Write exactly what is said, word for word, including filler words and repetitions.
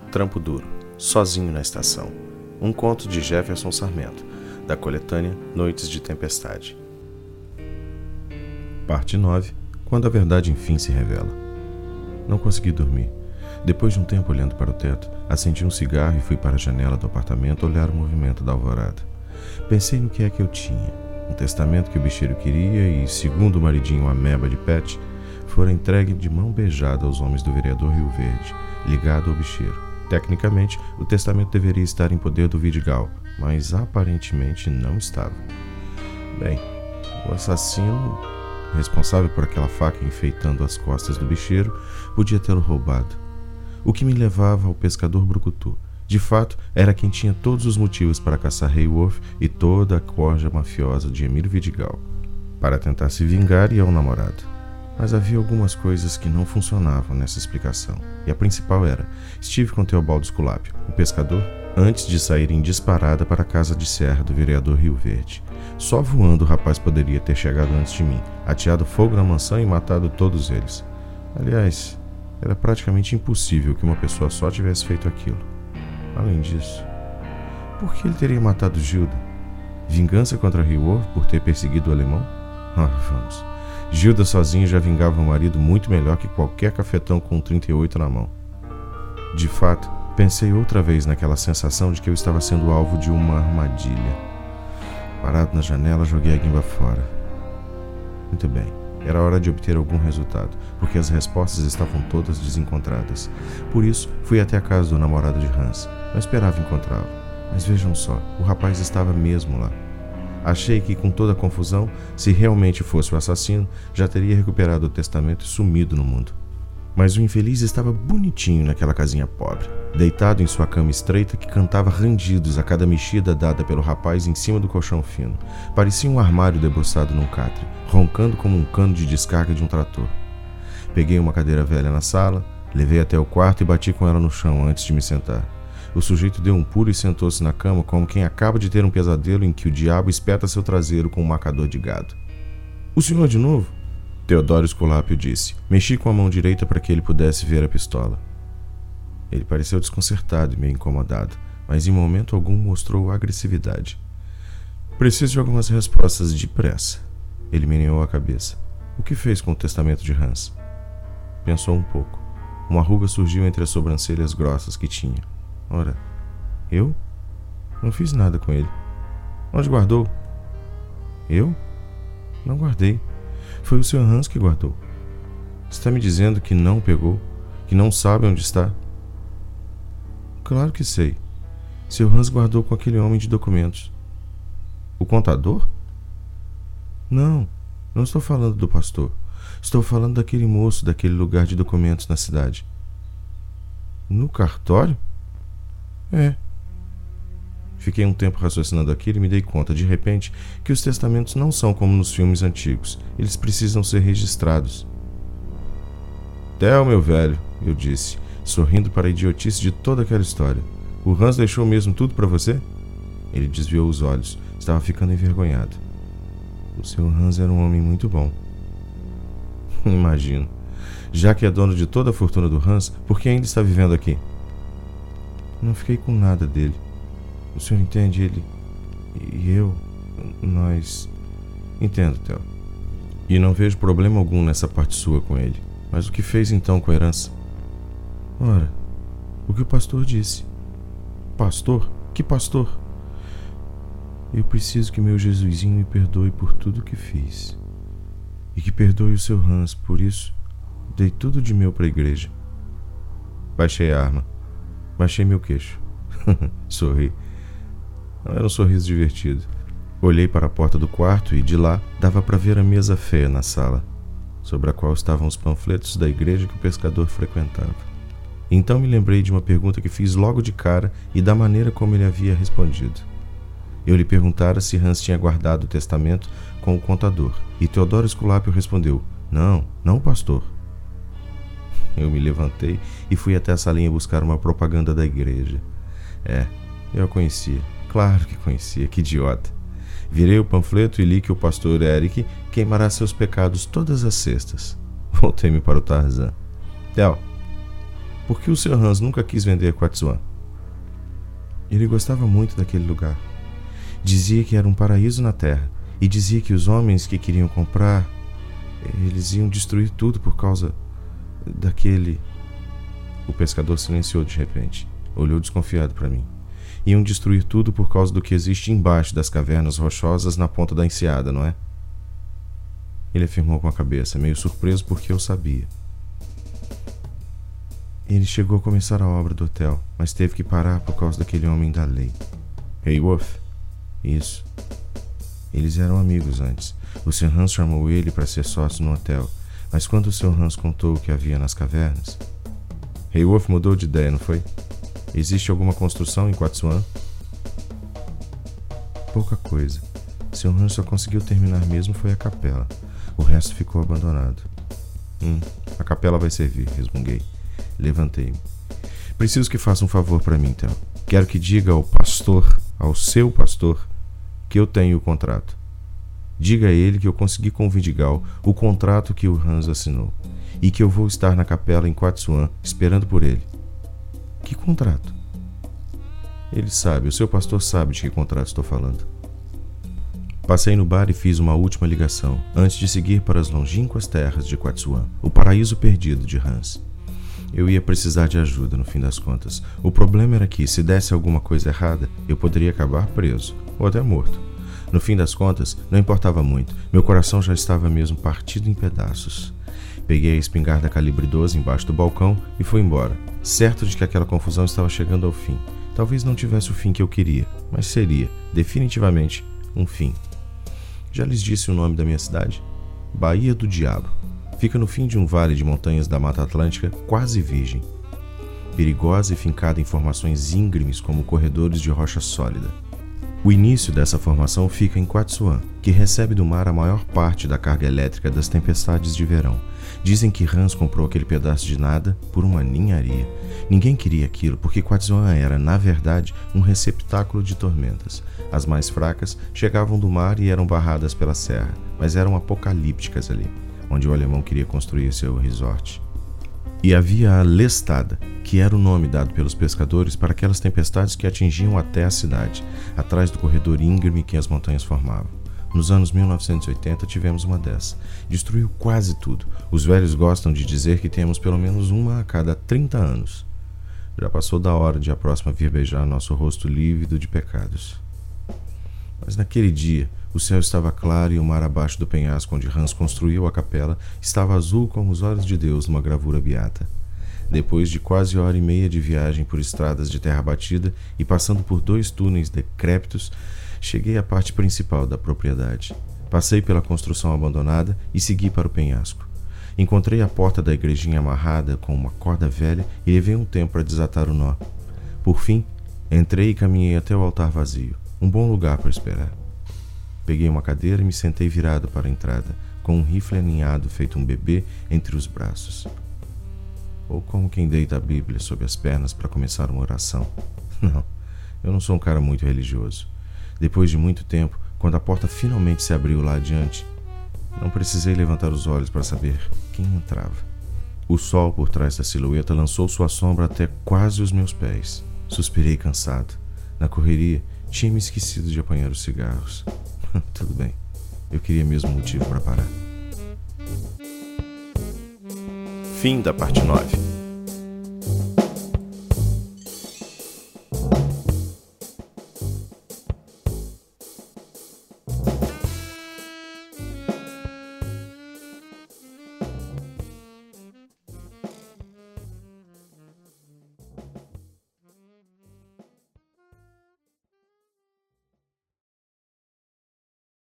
Trampo Duro, Sozinho na Estação. Um conto de Jefferson Sarmento, da coletânea Noites de Tempestade. Parte nove. Quando a verdade enfim se revela. Não consegui dormir. Depois de um tempo olhando para o teto, acendi um cigarro e fui para a janela do apartamento olhar o movimento da alvorada. Pensei no que é que eu tinha. Um testamento que o bicheiro queria e, segundo o maridinho ameba de Pet, fora entregue de mão beijada aos homens do vereador Rio Verde, ligado ao bicheiro. Tecnicamente, o testamento deveria estar em poder do Vidigal, mas aparentemente não estava. Bem, o assassino, responsável por aquela faca enfeitando as costas do bicheiro, podia tê-lo roubado. O que me levava ao pescador brucutu. De fato, era quem tinha todos os motivos para caçar Hayworth e toda a corja mafiosa de Emílio Vidigal, para tentar se vingar e ao namorado. Mas havia algumas coisas que não funcionavam nessa explicação, e a principal era: estive com Teobaldo Esculápio, o pescador, antes de sair em disparada para a casa de serra do vereador Rio Verde. Só voando o rapaz poderia ter chegado antes de mim, ateado fogo na mansão e matado todos eles. Aliás, era praticamente impossível que uma pessoa só tivesse feito aquilo. Além disso, por que ele teria matado Gilda? Vingança contra Hayworth por ter perseguido o alemão? Ah, vamos. Gilda sozinha já vingava o marido muito melhor que qualquer cafetão com um trinta e oito na mão. De fato, pensei outra vez naquela sensação de que eu estava sendo alvo de uma armadilha. Parado na janela, joguei a guimba fora. Muito bem, era hora de obter algum resultado, porque as respostas estavam todas desencontradas. Por isso, fui até a casa do namorado de Hans. Não esperava encontrá-lo, mas vejam só, o rapaz estava mesmo lá. Achei que, com toda a confusão, se realmente fosse o assassino, já teria recuperado o testamento e sumido no mundo. Mas o infeliz estava bonitinho naquela casinha pobre, deitado em sua cama estreita que cantava rangidos a cada mexida dada pelo rapaz em cima do colchão fino. Parecia um armário debruçado num catre, roncando como um cano de descarga de um trator. Peguei uma cadeira velha na sala, levei até o quarto e bati com ela no chão antes de me sentar. O sujeito deu um pulo e sentou-se na cama como quem acaba de ter um pesadelo em que o diabo espeta seu traseiro com um marcador de gado. "O senhor de novo?" Teodoro Esculápio disse. Mexi com a mão direita para que ele pudesse ver a pistola. Ele pareceu desconcertado e meio incomodado, mas em momento algum mostrou agressividade. "Preciso de algumas respostas depressa." Ele meneou a cabeça. "O que fez com o testamento de Hans?" Pensou um pouco. Uma ruga surgiu entre as sobrancelhas grossas que tinha. "Ora, eu? Não fiz nada com ele." "Onde guardou?" "Eu? Não guardei. Foi o senhor Hans que guardou." "Está me dizendo que não pegou? Que não sabe onde está?" "Claro que sei. Seu Hans guardou com aquele homem de documentos." "O contador?" "Não, não estou falando do pastor. Estou falando daquele moço daquele lugar de documentos na cidade." "No cartório?" "É." Fiquei um tempo raciocinando aquilo e me dei conta, de repente, que os testamentos não são como nos filmes antigos. Eles precisam ser registrados. "Theo, meu velho," eu disse, sorrindo para a idiotice de toda aquela história. "O Hans deixou mesmo tudo para você?" Ele desviou os olhos. Estava ficando envergonhado. "O seu Hans era um homem muito bom." "Imagino. Já que é dono de toda a fortuna do Hans, por que ainda está vivendo aqui?" "Não fiquei com nada dele. O senhor entende, ele... E eu... Nós... Entendo, Theo. E não vejo problema algum nessa parte sua com ele. Mas o que fez então com a herança?" "Ora, o que o pastor disse." "Pastor? Que pastor?" "Eu preciso que meu Jesusinho me perdoe por tudo o que fiz. E que perdoe o seu Hans, por isso dei tudo de meu para a igreja." Baixei a arma. Baixei meu queixo. Sorri. Não era um sorriso divertido. Olhei para a porta do quarto e, de lá, dava para ver a mesa feia na sala, sobre a qual estavam os panfletos da igreja que o pescador frequentava. Então me lembrei de uma pergunta que fiz logo de cara e da maneira como ele havia respondido. Eu lhe perguntara se Hans tinha guardado o testamento com o contador, e Teodoro Esculápio respondeu: "Não, não o pastor." Eu me levantei e fui até a salinha buscar uma propaganda da igreja. É, eu a conhecia. Claro que conhecia, que idiota. Virei o panfleto e li que o pastor Eric queimará seus pecados todas as sextas. Voltei-me para o Tarzan. "Theo, Por que o senhor Hans nunca quis vender Quatsuan? Ele gostava muito daquele lugar. Dizia que era um paraíso na terra e dizia que os homens que queriam comprar, eles iam destruir tudo por causa daquele... O pescador silenciou de repente. Olhou desconfiado para mim. Iam destruir tudo por causa do que existe embaixo das cavernas rochosas na ponta da enseada, não é? Ele afirmou com a cabeça, meio surpreso porque eu sabia. Ele chegou a começar a obra do hotel, mas teve que parar por causa daquele homem da lei. Hey, Wolf. Isso. Eles eram amigos antes. O senhor Hans chamou ele para ser sócio no hotel, mas quando o senhor Hans contou o que havia nas cavernas... Hey, Wolf mudou de ideia, não foi? Existe alguma construção em Quatsuan? Pouca coisa. O senhor Hans só conseguiu terminar mesmo foi a capela. O resto ficou abandonado. Hum, a capela vai servir, resmunguei. Levantei-me. Preciso que faça um favor para mim, então. Quero que diga ao pastor, ao seu pastor, que eu tenho o contrato. Diga a ele que eu consegui com o Vidigal o contrato que o Hans assinou e que eu vou estar na capela em Quatsuan esperando por ele. Que contrato? Ele sabe, o seu pastor sabe de que contrato estou falando. Passei no bar e fiz uma última ligação, antes de seguir para as longínquas terras de Quatsuan, o paraíso perdido de Hans. Eu ia precisar de ajuda, no fim das contas. O problema era que, se desse alguma coisa errada, eu poderia acabar preso, ou até morto. No fim das contas, não importava muito. Meu coração já estava mesmo partido em pedaços. Peguei a espingarda calibre doze embaixo do balcão e fui embora, certo de que aquela confusão estava chegando ao fim. Talvez não tivesse o fim que eu queria, mas seria, definitivamente, um fim. Já lhes disse o nome da minha cidade? Baía do Diabo. Fica no fim de um vale de montanhas da Mata Atlântica quase virgem. Perigosa e fincada em formações íngremes como corredores de rocha sólida. O início dessa formação fica em Quatsuan, que recebe do mar a maior parte da carga elétrica das tempestades de verão. Dizem que Hans comprou aquele pedaço de nada por uma ninharia. Ninguém queria aquilo, porque Quatsuan era, na verdade, um receptáculo de tormentas. As mais fracas chegavam do mar e eram barradas pela serra, mas eram apocalípticas ali, onde o alemão queria construir seu resort. E havia a Lestada, que era o nome dado pelos pescadores para aquelas tempestades que atingiam até a cidade, atrás do corredor íngreme que as montanhas formavam. Nos anos mil novecentos e oitenta tivemos uma dessa. Destruiu quase tudo. Os velhos gostam de dizer que temos pelo menos uma a cada trinta anos. Já passou da hora de a próxima vir beijar nosso rosto lívido de pecados. Mas naquele dia, o céu estava claro e o mar abaixo do penhasco onde Hans construiu a capela estava azul como os olhos de Deus numa gravura beata. Depois de quase hora e meia de viagem por estradas de terra batida e passando por dois túneis decrépitos, cheguei à parte principal da propriedade. Passei pela construção abandonada e segui para o penhasco. Encontrei a porta da igrejinha amarrada com uma corda velha e levei um tempo para desatar o nó. Por fim, entrei e caminhei até o altar vazio. Um bom lugar para esperar. Peguei uma cadeira e me sentei virado para a entrada, com um rifle aninhado feito um bebê entre os braços. Ou como quem deita a Bíblia sob as pernas para começar uma oração. Não, eu não sou um cara muito religioso. Depois de muito tempo, quando a porta finalmente se abriu lá adiante, não precisei levantar os olhos para saber quem entrava. O sol por trás da silhueta lançou sua sombra até quase os meus pés. Suspirei cansado. Na correria, tinha me esquecido de apanhar os cigarros. Tudo bem, eu queria mesmo motivo para parar. Fim da parte nove.